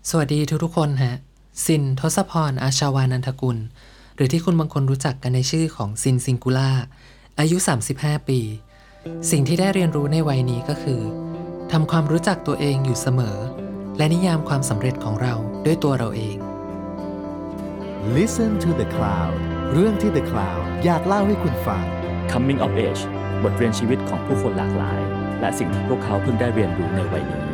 สวัสดีทุกๆคนฮะซินทศพรอาชาวานันทกุลหรือที่คุณบางคนรู้จักกันในชื่อของซินซิงคูล่าอายุ35ปีสิ่งที่ได้เรียนรู้ในวัยนี้ก็คือทำความรู้จักตัวเองอยู่เสมอและนิยามความสำเร็จของเราด้วยตัวเราเอง Listen to the Cloud เรื่องที่ The Cloud อยากเล่าให้คุณฟัง Coming of Age บทเรียนชีวิตของผู้คนหลากหลายและสิ่งที่พวกเขาเพิ่งได้เรียนรู้ในวัยนี้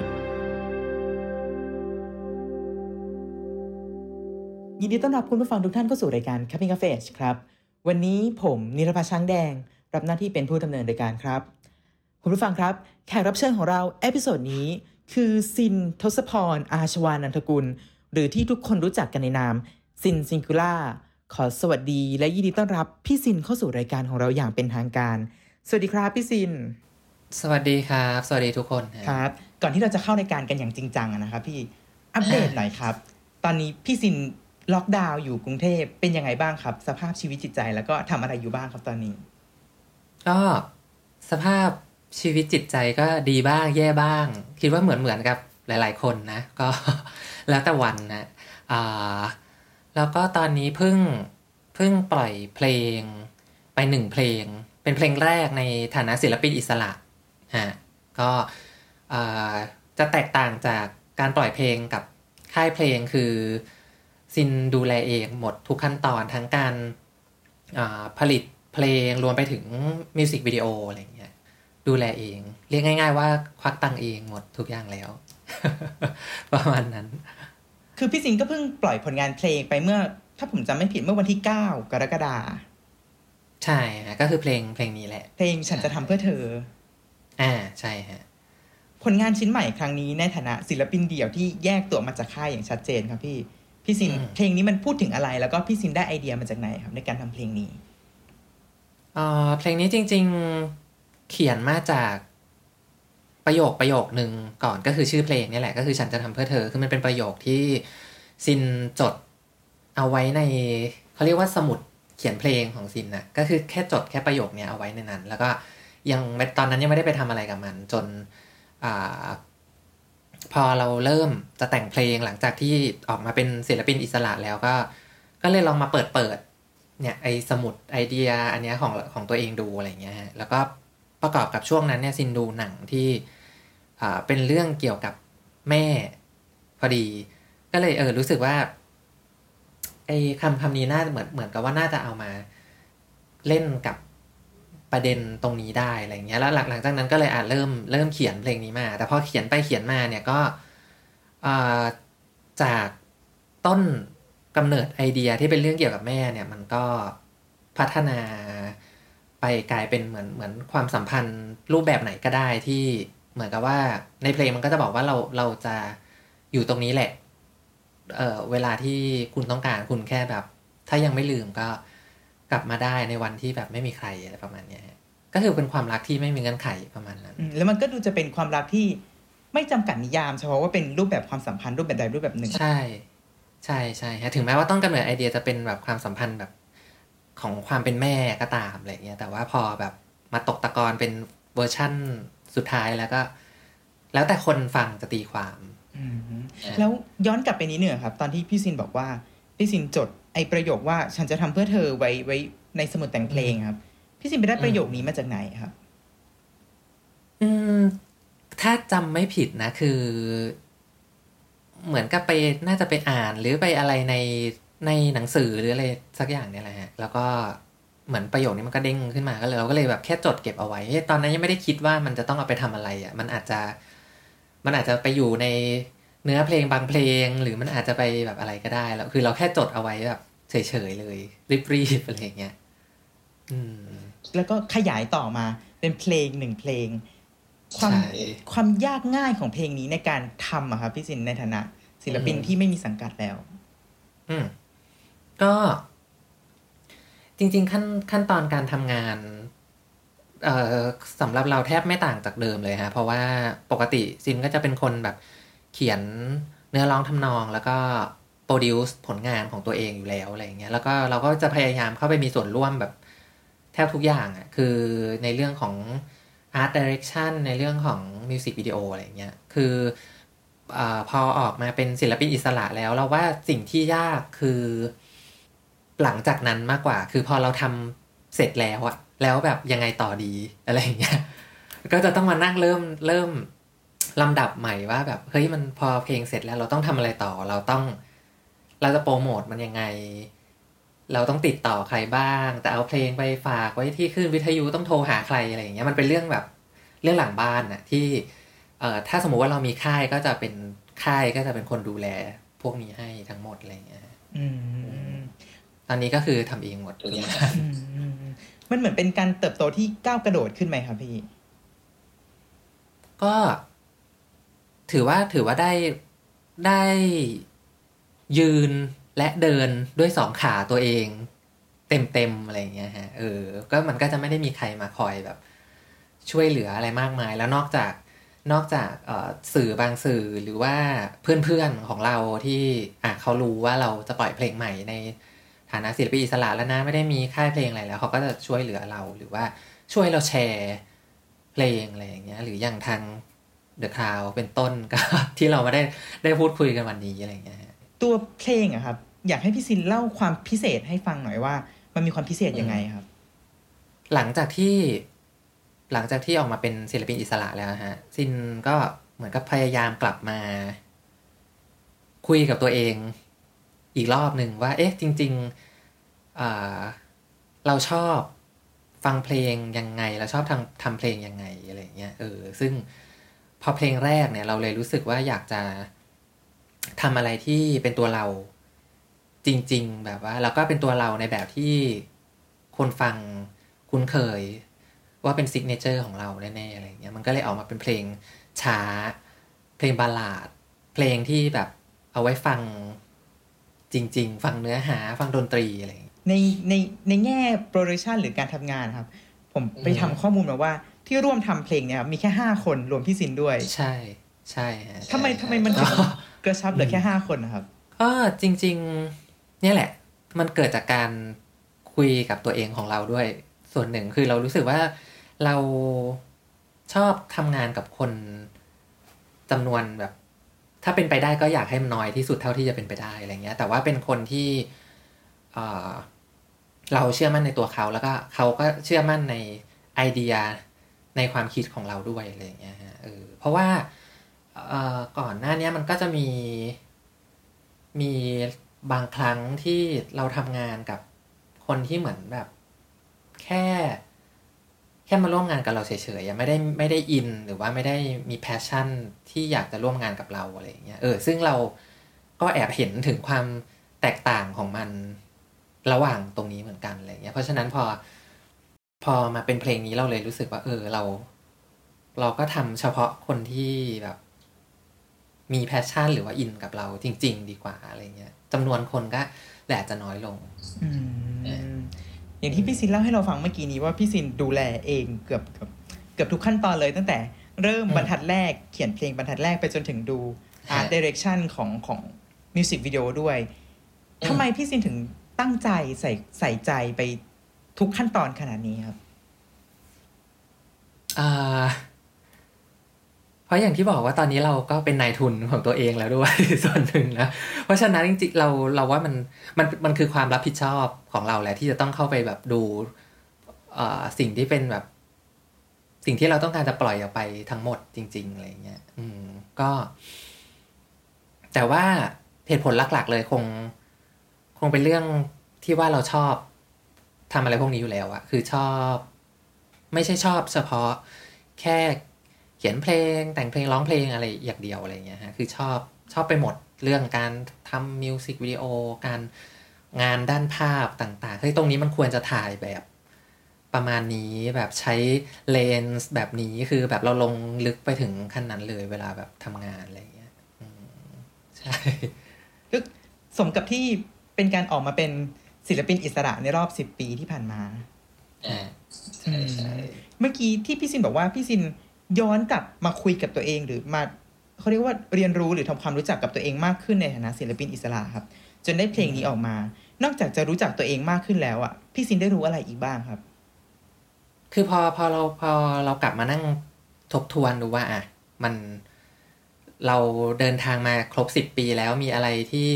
ยินดีต้อนรับคุณผู้ฟังทุกท่านเข้าสู่รายการ Coming of Age ครับวันนี้ผมนิรภัสช้างแดงรับหน้าที่เป็นผู้ดำเนินรายการครับคุณผู้ฟังครับแขกรับเชิญของเราเอพิโซดนี้คือซินทศพรอาชวานันทกุลหรือที่ทุกคนรู้จักกันในนามซินซิงคูล่าขอสวัสดีและยินดีต้อนรับพี่ซินเข้าสู่รายการของเราอย่างเป็นทางการสวัสดีครับพี่ซินสวัสดีครับสวัสดีทุกคนครับก่อนที่เราจะเข้ารายการกันอย่างจริงจังนะครับพี่อัปเดตหน่อยครับตอนนี้พี่ซินล็อกดาวน์อยู่กรุงเทพเป็นยังไงบ้างครับสภาพชีวิตจิตใจแล้วก็ทำอะไรอยู่บ้างครับตอนนี้ก็สภาพชีวิตจิตใจก็ดีบ้างแย่บ้างคิดว่าเหมือนกับหลายๆคนนะก็แล้วแต่วันนะแล้วก็ตอนนี้เพิ่งปล่อยเพลงไป1เพลงเป็นเพลงแรกในฐานะศิลปินอิสระฮะก็จะแตกต่างจากการปล่อยเพลงกับค่ายเพลงคือซินดูแลเองหมดทุกขั้นตอนทั้งการผลิตเพลงรวมไปถึงมิวสิกวิดีโออะไรอย่างเงี้ยดูแลเองเรียกง่ายๆว่าควักตังค์เองหมดทุกอย่างแล้ว ประมาณนั้นคือพี่ซินก็เพิ่งปล่อยผลงานเพลงไปเมื่อถ้าผมจำไม่ผิดเมื่อวันที่9กรกฎาคมใช่ฮะก็คือเพลงนี้แหละเพลงฉันจะทำเพื่อเธอใช่ฮะผลงานชิ้นใหม่ครั้งนี้ในฐานะศิลปินเดี่ยวที่แยกตัวมาจากค่ายอย่างชัดเจนครับพี่ซินเพลงนี้มันพูดถึงอะไรแล้วก็พี่ซินได้ไอเดียมาจากไหนครับในการทำเพลงนี้เพลงนี้จริงๆเขียนมาจากประโยคนึงก่อนก็คือชื่อเพลงนี่แหละก็คือฉันจะทำเพื่อเธอคือมันเป็นประโยคที่ซินจดเอาไว้ในเขาเรียกว่าสมุดเขียนเพลงของซินนะก็คือแค่จดแค่ประโยคนี้เอาไว้ในนั้นแล้วก็ยังตอนนั้นยังไม่ได้ไปทำอะไรกับมันจนพอเราเริ่มจะแต่งเพลงหลังจากที่ออกมาเป็นศิลปินอิสระแล้วก็เลยลองมาเปิดเนี่ยไอสมุดไอเดียอันเนี้ยของตัวเองดูอะไรเงี้ยแล้วก็ประกอบกับช่วงนั้นเนี่ยซินดูหนังที่เป็นเรื่องเกี่ยวกับแม่พอดีก็เลยรู้สึกว่าไอคำนี้น่าเหมือนกับว่าน่าจะเอามาเล่นกับประเด็นตรงนี้ได้อะไรเงี้ยแล้วหลังจากนั้นก็เลยเริ่มเขียนเพลงนี้มาแต่พอเขียนไปเขียนมาเนี่ยก็จากต้นกำเนิดไอเดียที่เป็นเรื่องเกี่ยวกับแม่เนี่ยมันก็พัฒนาไปกลายเป็นเหมือนความสัมพันธ์รูปแบบไหนก็ได้ที่เหมือนกับว่าในเพลงมันก็จะบอกว่าเราจะอยู่ตรงนี้แหละเวลาที่คุณต้องการคุณแค่แบบถ้ายังไม่ลืมก็กลับมาได้ในวันที่แบบไม่มีใครอะไรประมาณนี้ก็คือเป็นความรักที่ไม่มีเงื่อนไขประมาณนั้นแล้วมันก็ดูจะเป็นความรักที่ไม่จำกัดนิยามเฉพาะว่าเป็นรูปแบบความสัมพันธ์รูปแบบใดรูปแบบหนึ่งใช่ฮะถึงแม้ว่าต้นกำเนิดไอเดียจะเป็นแบบความสัมพันธ์แบบของความเป็นแม่ก็ตามอะไรเงี้ยแต่ว่าพอแบบมาตกตะกอนเป็นเวอร์ชั่นสุดท้ายแล้วก็แล้วแต่คนฟังจะตีความแล้วย้อนกลับไปนิดหนึ่งครับตอนที่พี่ซินบอกว่าพี่ซินจดไอประโยคว่าฉันจะทำเพื่อเธอไว้ในสมุดแต่งเพลงครับพี่ซินไปได้ประโยคนี้มาจากไหนครับถ้าจำไม่ผิดนะคือเหมือนกับน่าจะไปอ่านหรือไปอะไรในหนังสือหรืออะไรสักอย่างเนี่ยแหละฮะแล้วก็เหมือนประโยคนี้มันก็เด้งขึ้นมาก็เลยเราก็เลยแบบแค่จดเก็บเอาไว้ตอนนั้นยังไม่ได้คิดว่ามันจะต้องเอาไปทำอะไรอ่ะมันอาจจะไปอยู่ในเนื้อเพลงบางเพลงหรือมันอาจจะไปแบบอะไรก็ได้แล้วคือเราแค่จดเอาไว้แบบเฉยๆเลยรีบๆอะไรอย่างเงี้ยแล้วก็ขยายต่อมาเป็นเพลง1เพลงความยากง่ายของเพลงนี้ในการทำอะครับพี่ซินในฐานะศิลปินที่ไม่มีสังกัดแล้วก็จริงๆขั้นตอนการทำงานสำหรับเราแทบไม่ต่างจากเดิมเลยฮะเพราะว่าปกติซินก็จะเป็นคนแบบเขียนเนื้อร้องทำนองแล้วก็โปรดิวซ์ผลงานของตัวเองอยู่แล้วอะไรอย่างเงี้ยแล้วก็เราก็จะพยายามเข้าไปมีส่วนร่วมแบบแทบทุกอย่างอ่ะคือในเรื่องของArt Direction ในเรื่องของ Music Video อะไรอย่างเงี้ยคือพอออกมาเป็นศิลปินอิสระแล้วเราว่าสิ่งที่ยากคือหลังจากนั้นมากกว่าคือพอเราทำเสร็จแล้วอะแล้วแบบยังไงต่อดีอะไรอย่างเงี้ยก็จะต้องมานั่งเริ่มลำดับใหม่ว่าแบบเฮ้ยมันพอเพลงเสร็จแล้วเราต้องทำอะไรต่อเราจะโปรโมทมันยังไงเราต้องติดต่อใครบ้างแต่เอาเพลงไปฝากไว้ที่คลื่นวิทยุต้องโทรหาใครอะไรอย่างเงี้ยมันเป็นเรื่องแบบเรื่องหลังบ้านน่ะที่ถ้าสมมุติว่าเรามีค่ายก็จะเป็นคนดูแลพวกนี้ให้ทั้งหมดอะไรอย่างเงี้ยตอนนี้ก็คือทำเองหมดทุกอย่างมันเหมือนเป็นการเติบโตที่ก้าวกระโดดขึ้นไหมครับพี่ก็ถือว่าได้ยืนและเดินด้วยสองขาตัวเองเต็มอะไรอย่างเงี้ยฮะก็มันก็จะไม่ได้มีใครมาคอยแบบช่วยเหลืออะไรมากมายแล้วนอกจากสื่อบางสื่อหรือว่าเพื่อนๆของเราที่เขารู้ว่าเราจะปล่อยเพลงใหม่ในฐานะศิลปินอิสระแล้วนะไม่ได้มีค่ายเพลงอะไรแล้วเขาก็จะช่วยเหลือเราหรือว่าช่วยเราแชร์เพลงอะไรอย่างเงี้ยหรืออย่างทาง The Cloud เป็นต้นก็ที่เรามาได้พูดคุยกันวันนี้อะไรอย่างเงี้ยตัวเพลงอะครับอยากให้พี่ซินเล่าความพิเศษให้ฟังหน่อยว่ามันมีความพิเศษยังไงครับหลังจากที่ออกมาเป็นศิลปินอิสระแล้วฮะซินก็เหมือนกับพยายามกลับมาคุยกับตัวเองอีกรอบหนึ่งว่าเอ๊ะจริงๆเราชอบฟังเพลงยังไงเราชอบทำเพลงยังไงอะไรเงี้ยซึ่งพอเพลงแรกเนี่ยเราเลยรู้สึกว่าอยากจะทำอะไรที่เป็นตัวเราจริงๆแบบว่าแล้วก็เป็นตัวเราในแบบที่คนฟังคุ้นเคยว่าเป็นซิกเนเจอร์ของเราแน่ๆอะไรเงี้ยมันก็เลยออกมาเป็นเพลงช้าเพลงบัลลาดเพลงที่แบบเอาไว้ฟังจริงๆฟังเนื้อหาฟังดนตรีอะไรในแง่โปรดักชันหรือการทำงานครับผมไปทำข้อมูลมาว่าที่ร่วมทำเพลงเนี่ยมีแค่5คนรวมพี่ซินด้วยใช่ใช่ฮะทำไมมันถึงกระชับเหลือแค่5คนนะครับจริงๆเนี่ยแหละมันเกิดจากการคุยกับตัวเองของเราด้วยส่วนหนึ่งคือเรารู้สึกว่าเราชอบทำงานกับคนจำนวนแบบถ้าเป็นไปได้ก็อยากให้มันน้อยที่สุดเท่าที่จะเป็นไปได้อะไรเงี้ยแต่ว่าเป็นคนที่เราเชื่อมั่นในตัวเขาแล้วก็เขาก็เชื่อมั่นในไอเดียในความคิดของเราด้วยอะไรเงี้ยฮะเพราะว่าก่อนหน้านี้มันก็จะมีบางครั้งที่เราทำงานกับคนที่เหมือนแบบแค่มาร่วมงานกับเราเฉยๆไม่ได้อินหรือว่าไม่ได้มีแพชชั่นที่อยากจะร่วมงานกับเราอะไรอย่างเงี้ยซึ่งเราก็แอบเห็นถึงความแตกต่างของมันระหว่างตรงนี้เหมือนกันอะไรเงี้ยเพราะฉะนั้นพอมาเป็นเพลงนี้เราเลยรู้สึกว่าเราก็ทำเฉพาะคนที่แบบมีแพชชั่นหรือว่าอินกับเราจริงๆดีกว่าอะไรเงี้ยจำนวนคนก็อาจจะน้อยลงอย่างที่พี่ซินเล่าให้เราฟังเมื่อกี้นี้ว่าพี่ซินดูแลเองเกือบทุกขั้นตอนเลยตั้งแต่เริ่มบรรทัดแรกเขียนเพลงบรรทัดแรกไปจนถึงดูArt Direction ของมิวสิกวิดีโอด้วยทำไมพี่ซินถึงตั้งใจใส่ใจไปทุกขั้นตอนขนาดนี้ครับเพราะอย่างที่บอกว่าตอนนี้เราก็เป็นนายทุนของตัวเองแล้วด้วย ส่วนหนึ่งนะเพราะฉะนั้นจริงๆเราว่ามันคือความรับผิดชอบของเราแหละที่จะต้องเข้าไปแบบดูสิ่งที่เป็นแบบสิ่งที่เราต้องการจะปล่อยออกไปทั้งหมดจริงๆอะไรเงี้ยก็แต่ว่าเหตุผลหลักๆเลยคงเป็นเรื่องที่ว่าเราชอบทำอะไรพวกนี้อยู่แล้วอะคือชอบไม่ใช่ชอบเฉพาะแค่เขียนเพลงแต่งเพลงร้องเพลงอะไรอย่างเดียวอะไรเงี้ยฮะคือชอบไปหมดเรื่องการทำมิวสิกวิดีโอการงานด้านภาพต่างๆเฮ้ยตรงนี้มันควรจะถ่ายแบบประมาณนี้แบบใช้เลนส์แบบนี้คือแบบเราลงลึกไปถึงขั้นนั้นเลยเวลาแบบทำงานอะไรเงี้ยใช่สมกับที่เป็นการออกมาเป็นศิลปินอิสระในรอบ10 ปีที่ผ่านมาใช่เมื่อกี้ที่พี่ซินบอกว่าพี่ซินย้อนกลับมาคุยกับตัวเองหรือมาเขาเรียกว่าเรียนรู้หรือทำความรู้จักกับตัวเองมากขึ้นในฐานะศิลปินอิสระครับจนได้เพลงนี้ออกมานอกจากจะรู้จักตัวเองมากขึ้นแล้วอ่ะพี่ซินได้รู้อะไรอีกบ้างครับคือพอเรากลับมานั่งทบทวนดูว่ามันเราเดินทางมาครบ10 ปีแล้วมีอะไรที่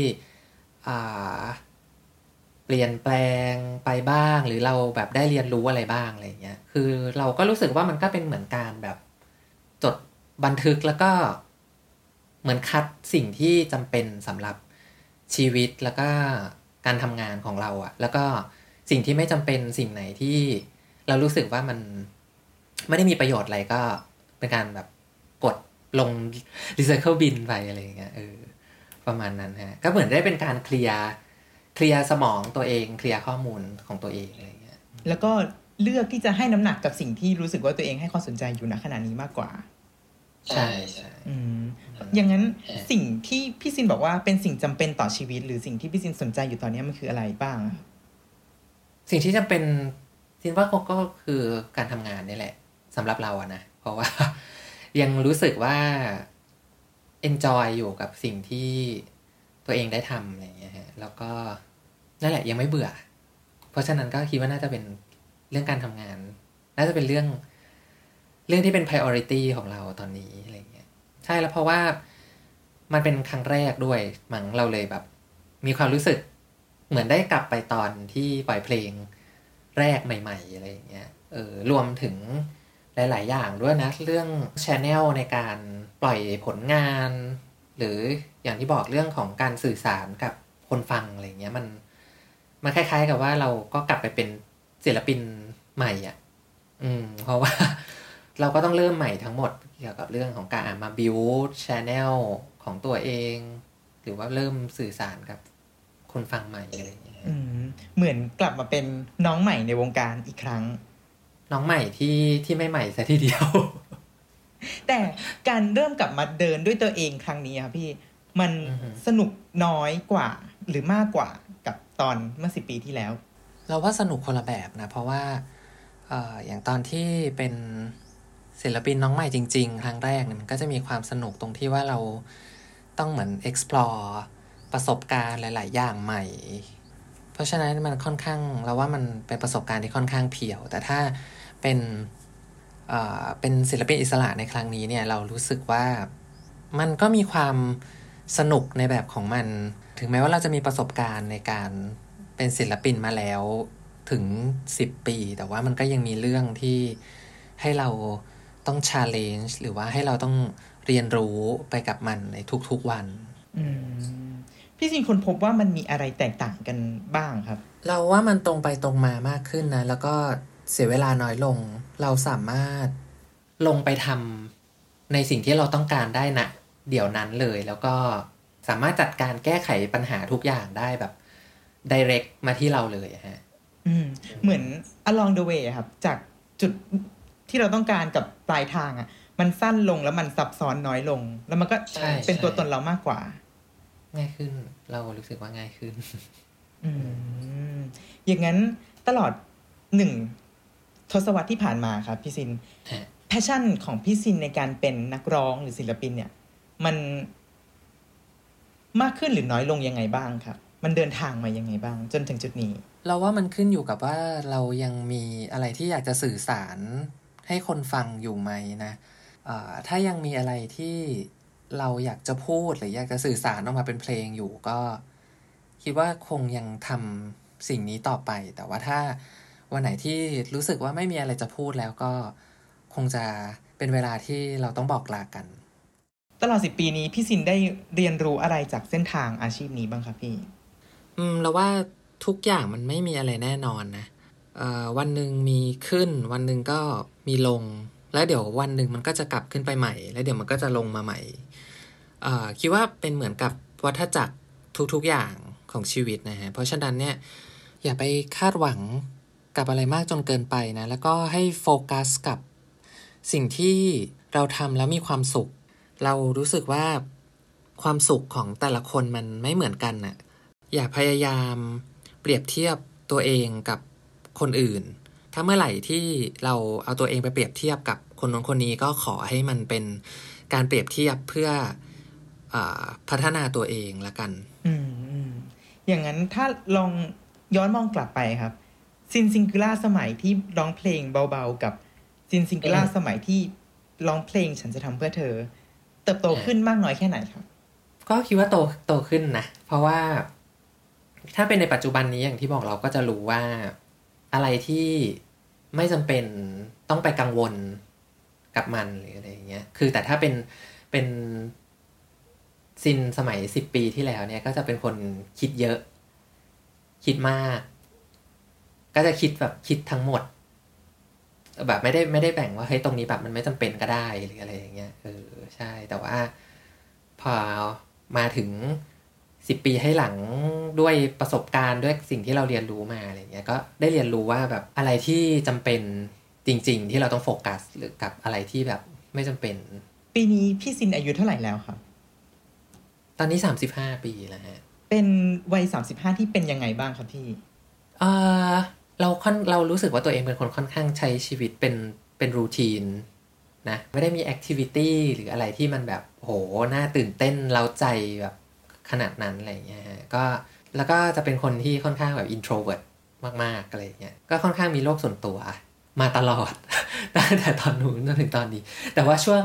เปลี่ยนแปลงไปบ้างหรือเราแบบได้เรียนรู้อะไรบ้างอะไรเงี้ยคือเราก็รู้สึกว่ามันก็เป็นเหมือนการแบบจดบันทึกแล้วก็เหมือนคัดสิ่งที่จำเป็นสำหรับชีวิตแล้วก็การทำงานของเราอะแล้วก็สิ่งที่ไม่จำเป็นสิ่งไหนที่เรารู้สึกว่ามันไม่ได้มีประโยชน์อะไรก็เป็นการแบบกดลง recycle bin ไปอะไรอย่างเงี้ยประมาณนั้นฮะก็เหมือนได้เป็นการเคลียร์สมองตัวเองเคลียร์ข้อมูลของตัวเองอะไรอย่างเงี้ยแล้วก็เลือกที่จะให้น้ำหนักกับสิ่งที่รู้สึกว่าตัวเองให้ความสนใจอยู่ณขณะนี้มากกว่าใช่ใช่อย่างนั้นสิ่งที่พี่ซินบอกว่าเป็นสิ่งจำเป็นต่อชีวิตหรือสิ่งที่พี่ซินสนใจอยู่ตอนนี้มันคืออะไรบ้างสิ่งที่จำเป็นซินว่าก็คือการทำงานนี่แหละสำหรับเราอะนะเพราะว่ายังรู้สึกว่า enjoy อยู่กับสิ่งที่ตัวเองได้ทำอะไรอย่างเงี้ยฮะแล้วก็นั่นแหละยังไม่เบื่อเพราะฉะนั้นก็คิดว่าน่าจะเป็นเรื่องการทำงานน่าจะเป็นเรื่องที่เป็น priority ของเราตอนนี้อะไรอย่างเงี้ยใช่แล้วเพราะว่ามันเป็นครั้งแรกด้วยมั้งเราเลยแบบมีความรู้สึกเหมือนได้กลับไปตอนที่ปล่อยเพลงแรกใหม่ๆอะไรอย่างเงี้ยรวมถึงหลายๆอย่างด้วยนะเรื่อง channel ในการปล่อยผลงานหรืออย่างที่บอกเรื่องของการสื่อสารกับคนฟังอะไรเงี้ยมันคล้ายๆกับว่าเราก็กลับไปเป็นศิลปินใหม่อ่ะเพราะว่าเราก็ต้องเริ่มใหม่ทั้งหมดเกี่ยวกับเรื่องของการมา build channel ของตัวเองหรือว่าเริ่มสื่อสารกับคนฟังใหม่อะไรเงี้ยเหมือนกลับมาเป็นน้องใหม่ในวงการอีกครั้งน้องใหม่ที่ไม่ใหม่ซะทีเดียวแต่การเริ่มกลับมาเดินด้วยตัวเองครั้งนี้ครับพี่มันสนุกน้อยกว่าหรือมากกว่ากับตอนเมื่อ10 ปีที่แล้วเราว่าสนุกคนละแบบนะเพราะว่าอย่างตอนที่เป็นศิลปินน้องใหม่จริงๆครั้งแรกเนี่ยมันก็จะมีความสนุกตรงที่ว่าเราต้องเหมือน explore ประสบการณ์หลายๆอย่างใหม่เพราะฉะนั้นมันค่อนข้างเราว่ามันเป็นประสบการณ์ที่ค่อนข้างเพียวแต่ถ้าเป็นศิลปินอิสระในครั้งนี้เนี่ยเรารู้สึกว่ามันก็มีความสนุกในแบบของมันถึงแม้ว่าเราจะมีประสบการณ์ในการเป็นศิลปินมาแล้วถึง10 ปีแต่ว่ามันก็ยังมีเรื่องที่ให้เราต้อง challenge หรือว่าให้เราต้องเรียนรู้ไปกับมันในทุกๆวันพี่ซินคนพบว่ามันมีอะไรแตกต่างกันบ้างครับเราว่ามันตรงไปตรงมามากขึ้นนะแล้วก็เสียเวลาน้อยลงเราสามารถลงไปทำในสิ่งที่เราต้องการได้นะเดี๋ยวนั้นเลยแล้วก็สามารถจัดการแก้ไขปัญหาทุกอย่างได้แบบ direct มาที่เราเลยฮะเหมือน along the way ครับจากจุดที่เราต้องการกับปลายทางอ่ะมันสั้นลงแล้วมันซับซ้อนน้อยลงแล้วมันก็เป็นตัวตนเรามากกว่าง่ายขึ้นเรารู้สึกว่าง่ายขึ้นอย่างนั้นตลอด1 ทศวรรษที่ผ่านมาครับพี่ซินแพชชั่นของพี่ซินในการเป็นนักร้องหรือศิลปินเนี่ยมันมากขึ้นหรือน้อยลงยังไงบ้างครับมันเดินทางมายังไงบ้างจนถึงจุดนี้เราว่ามันขึ้นอยู่กับว่าเรายังมีอะไรที่อยากจะสื่อสารให้คนฟังอยู่ไหมนะถ้ายังมีอะไรที่เราอยากจะพูดหรืออยากจะสื่อสารออกมาเป็นเพลงอยู่ก็คิดว่าคงยังทำสิ่งนี้ต่อไปแต่ว่าถ้าวันไหนที่รู้สึกว่าไม่มีอะไรจะพูดแล้วก็คงจะเป็นเวลาที่เราต้องบอกลากันตลอด10 ปีนี้พี่ซินได้เรียนรู้อะไรจากเส้นทางอาชีพนี้บ้างครับพี่เราว่าทุกอย่างมันไม่มีอะไรแน่นอนนะวันหนึ่งมีขึ้นวันหนึ่งก็มีลงแล้วเดี๋ยววันหนึ่งมันก็จะกลับขึ้นไปใหม่แล้วเดี๋ยวมันก็จะลงมาใหม่คิดว่าเป็นเหมือนกับวัฏจักรทุกๆอย่างของชีวิตนะฮะเพราะฉะนั้นเนี่ยอย่าไปคาดหวังกับอะไรมากจนเกินไปนะแล้วก็ให้โฟกัสกับสิ่งที่เราทำแล้วมีความสุขเรารู้สึกว่าความสุขของแต่ละคนมันไม่เหมือนกันน่ะอย่าพยายามเปรียบเทียบตัวเองกับคนอื่นถ้าเมื่อไหร่ที่เราเอาตัวเองไปเปรียบเทียบกับคนนู้นคนนี้ก็ขอให้มันเป็นการเปรียบเทียบเพื่อพัฒนาตัวเองละกันอย่างนั้นถ้าลองย้อนมองกลับไปครับซิงคูล่าสมัยที่ร้องเพลงเบาๆกับซิงคูล่าสมัยที่ร้องเพลงฉันจะทำเพื่อเธอเติบโตขึ้นมากน้อยแค่ไหนครับก็คิดว่าโตขึ้นนะเพราะว่าถ้าเป็นในปัจจุบันนี้อย่างที่บอกเราก็จะรู้ว่าอะไรที่ไม่จำเป็นต้องไปกังวลกับมันหรืออะไรอย่างเงี้ยคือแต่ถ้าเป็นซินสมัย10 ปีที่แล้วเนี่ยก็จะเป็นคนคิดเยอะคิดมากก็จะคิดแบบคิดทั้งหมดแบบไม่ได้แบ่งว่าเฮ้ยตรงนี้แบบมันไม่จำเป็นก็ได้หรืออะไรอย่างเงี้ยใช่แต่ว่าพอมาถึง10 ปีให้หลังด้วยประสบการณ์ด้วยสิ่งที่เราเรียนรู้มาอะไรเงี้ยก็ได้เรียนรู้ว่าแบบอะไรที่จำเป็นจริงๆที่เราต้องโฟกัสหรือกับอะไรที่แบบไม่จำเป็นปีนี้พี่ซินอายุเท่าไหร่แล้วครับตอนนี้35 ปีแล้วฮะเป็นวัย35ที่เป็นยังไงบ้างครับพี่เรารู้สึกว่าตัวเองเป็นคนค่อนข้างใช้ชีวิตเป็นรูทีนนะไม่ได้มีแอคทิวิตี้หรืออะไรที่มันแบบโหน่าตื่นเต้นเร้าใจแบบขนาดนั้นอะไรเงี้ยก็แล้วก็จะเป็นคนที่ค่อนข้างแบบ introvert มากๆอะไรเงี้ยก็ค่อนข้างมีโลกส่วนตัวมาตลอด ตั้งแต่ตอนนู้นจนถึงตอนนี้แต่ว่าช่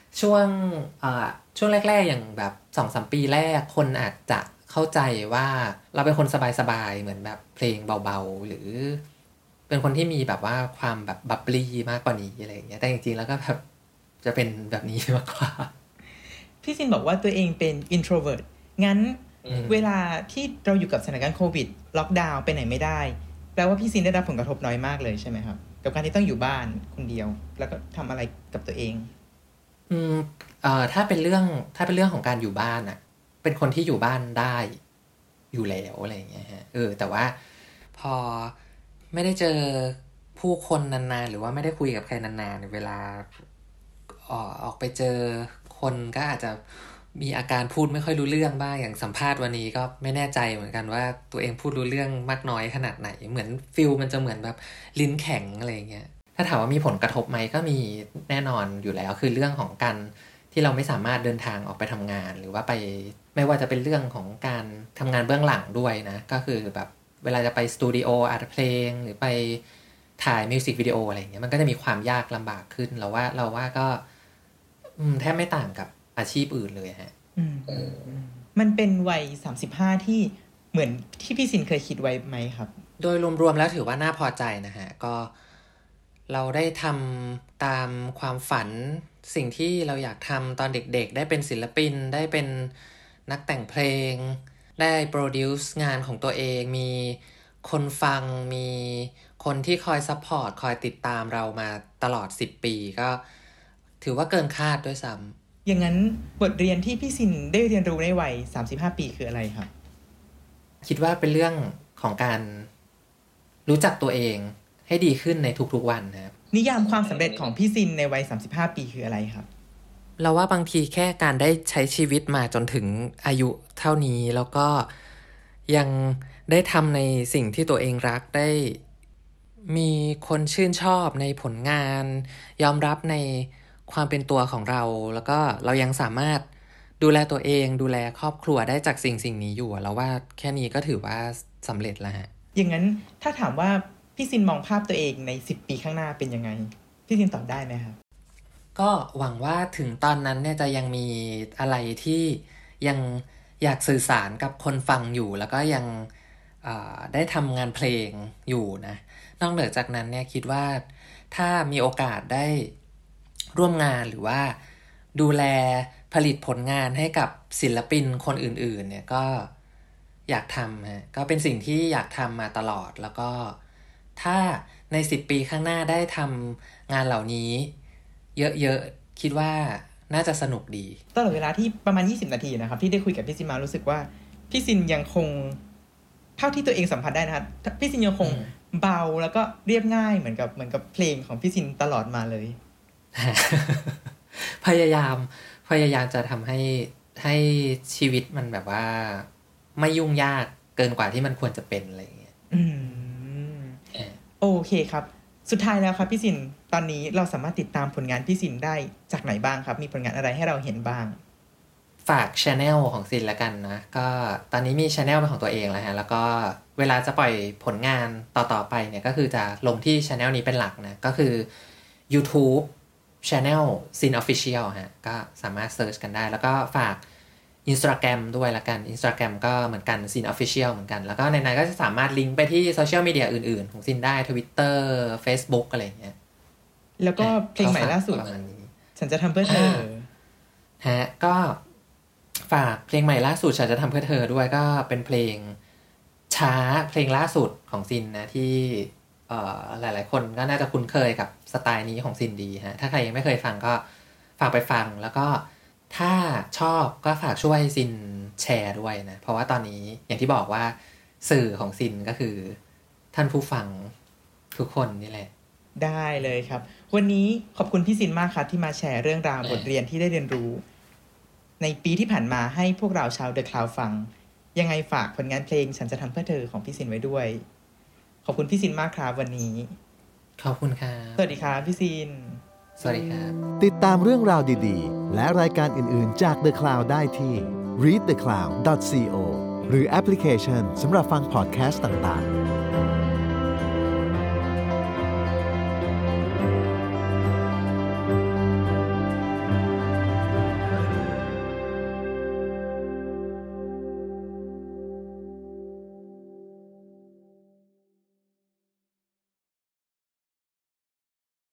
วงแรกๆอย่างแบบ 2-3 ปีแรกคนอาจจะเข้าใจว่าเราเป็นคนสบายๆเหมือนแบบเพลงเบาๆหรือเป็นคนที่มีแบบว่าความแบบบับลี่มากกว่านี้อะไรอย่างเงี้ยแต่จริงๆแล้วก็แบบจะเป็นแบบนี้มากกว่าพี่ซินบอกว่าตัวเองเป็น introvert งั้นเวลาที่เราอยู่กับสถานการณ์โควิดล็อกดาวน์ไปไหนไม่ได้แปลว่าพี่ซินได้รับผลกระทบน้อยมากเลยใช่ไหมครับกับการที่ต้องอยู่บ้านคนเดียวแล้วก็ทำอะไรกับตัวเองถ้าเป็นเรื่องของการอยู่บ้านอะเป็นคนที่อยู่บ้านได้อยู่แล้วอะไรอย่างเงี้ยฮะแต่ว่าพอไม่ได้เจอผู้คนนานๆหรือว่าไม่ได้คุยกับใครนานๆเวลาออกไปเจอคนก็อาจจะมีอาการพูดไม่ค่อยรู้เรื่องบ้างอย่างสัมภาษณ์วันนี้ก็ไม่แน่ใจเหมือนกันว่าตัวเองพูดรู้เรื่องมากน้อยขนาดไหนเหมือนฟิลมันจะเหมือนแบบลิ้นแข็งอะไรอย่างเงี้ยถ้าถามว่ามีผลกระทบไหมก็มีแน่นอนอยู่แล้วคือเรื่องของการที่เราไม่สามารถเดินทางออกไปทำงานหรือว่าไปไม่ว่าจะเป็นเรื่องของการทำงานเบื้องหลังด้วยนะก็คือแบบเวลาจะไปสตูดิโออัดเพลงหรือไปถ่ายมิวสิกวิดีโออะไรอย่างเงี้ยมันก็จะมีความยากลำบากขึ้นเราว่าก็แทบไม่ต่างกับอาชีพอื่นเลยฮะมันเป็นวัย35ที่เหมือนที่พี่ซินเคยคิดไว้ไหมครับโดยรวมๆแล้วถือว่าน่าพอใจนะฮะก็เราได้ทำตามความฝันสิ่งที่เราอยากทำตอนเด็กๆได้เป็นศิลปินได้เป็นนักแต่งเพลงได้โปรดิวซ์งานของตัวเองมีคนฟังมีคนที่คอยซัพพอร์ตคอยติดตามเรามาตลอด10 ปีก็ถือว่าเกินคาดด้วยซ้ำอย่างนั้นบทเรียนที่พี่ซินได้เรียนรู้ในวัย35 ปีคืออะไรครับคิดว่าเป็นเรื่องของการรู้จักตัวเองให้ดีขึ้นในทุกๆวันนะครับนิยามความสำเร็จของพี่ซินในวัย35 ปีคืออะไรครับเราว่าบางทีแค่การได้ใช้ชีวิตมาจนถึงอายุเท่านี้แล้วก็ยังได้ทำในสิ่งที่ตัวเองรักได้มีคนชื่นชอบในผลงานยอมรับในความเป็นตัวของเราแล้วก็เรายังสามารถดูแลตัวเองดูแลครอบครัวได้จากสิ่งนี้อยู่แล้วว่าแค่นี้ก็ถือว่าสำเร็จแล้วฮะอย่างนั้นถ้าถามว่าพี่ซินมองภาพตัวเองใน10 ปีข้างหน้าเป็นยังไงพี่ซินตอบได้ไหมครับก็หวังว่าถึงตอนนั้นเนี่ยจะยังมีอะไรที่ยังอยากสื่อสารกับคนฟังอยู่แล้วก็ยังได้ทำงานเพลงอยู่นะนอกเหนือจากนั้นเนี่ยคิดว่าถ้ามีโอกาสได้ร่วมงานหรือว่าดูแลผลิตผลงานให้กับศิลปินคนอื่นๆเนี่ยก็อยากทำฮะก็เป็นสิ่งที่อยากทำมาตลอดแล้วก็ถ้าใน10 ปีข้างหน้าได้ทำงานเหล่านี้เยอะๆคิดว่าน่าจะสนุกดีตลอดเวลาที่ประมาณ20 นาทีนะครับที่ได้คุยกับพี่ซินมารู้สึกว่าพี่ซินยังคงเท่าที่ตัวเองสัมผัสได้นะครับพี่ซินยังคงเบาแล้วก็เรียบง่ายเหมือนกับเพลงของพี่ซินตลอดมาเลยพยายามจะทำให้ชีวิตมันแบบว่าไม่ยุ่งยากเกินกว่าที่มันควรจะเป็นอะไรอย่างเงี้ยโอเคครับสุดท้ายแล้วครับพี่ซินตอนนี้เราสามารถติดตามผลงานพี่ซินได้จากไหนบ้างครับมีผลงานอะไรให้เราเห็นบ้างฝาก channel ของซินละกันนะก็ตอนนี้มี channel เป็นของตัวเองแล้วฮะแล้วก็เวลาจะปล่อยผลงานต่อไปเนี่ยก็คือจะลงที่ channel นี้เป็นหลักนะก็คือ YouTube channel Sin Official ฮะก็สามารถเซิร์ชกันได้แล้วก็ฝาก Instagram ด้วยละกัน Instagram ก็เหมือนกัน Sin Official เหมือนกันแล้วก็ในนั้นก็จะสามารถลิงก์ไปที่โซเชียลมีเดียอื่นๆของ Sin ได้ Twitter Facebook อะไรอย่างเงี้ยแล้วก็เพลงใหม่ล่าสุดฉันจะทำเพื่อเธอฮะก็ฝากเพลงใหม่ล่าสุดฉันจะทำเพื่อเธอด้วยก็เป็นเพลงช้าเพลงล่าสุดของซินนะที่หลายๆคนก็น่าจะคุ้นเคยกับสไตล์นี้ของซินดีฮะถ้าใครยังไม่เคยฟังก็ฝากไปฟังแล้วก็ถ้าชอบก็ฝากช่วยซินแชร์ด้วยนะเพราะว่าตอนนี้อย่างที่บอกว่าสื่อของซินก็คือท่านผู้ฟังทุกคนนี่แหละได้เลยครับวันนี้ขอบคุณพี่ซินมากครับที่มาแชร์เรื่องราวบทเรียนที่ได้เรียนรู้ในปีที่ผ่านมาให้พวกเราชาว The Cloud ฟังยังไงฝากผลงานเพลงฉันจะทำเพื่อเธอของพี่ซินไว้ด้วยขอบคุณพี่ซินมากครับวันนี้ขอบคุณครับสวัสดีครับพี่ซินสวัสดีครับติดตามเรื่องราวดีๆและรายการอื่นๆจาก The Cloud ได้ที่ readthecloud.co หรือแอปพลิเคชันสำหรับฟังพอดแคสต์ต่างๆ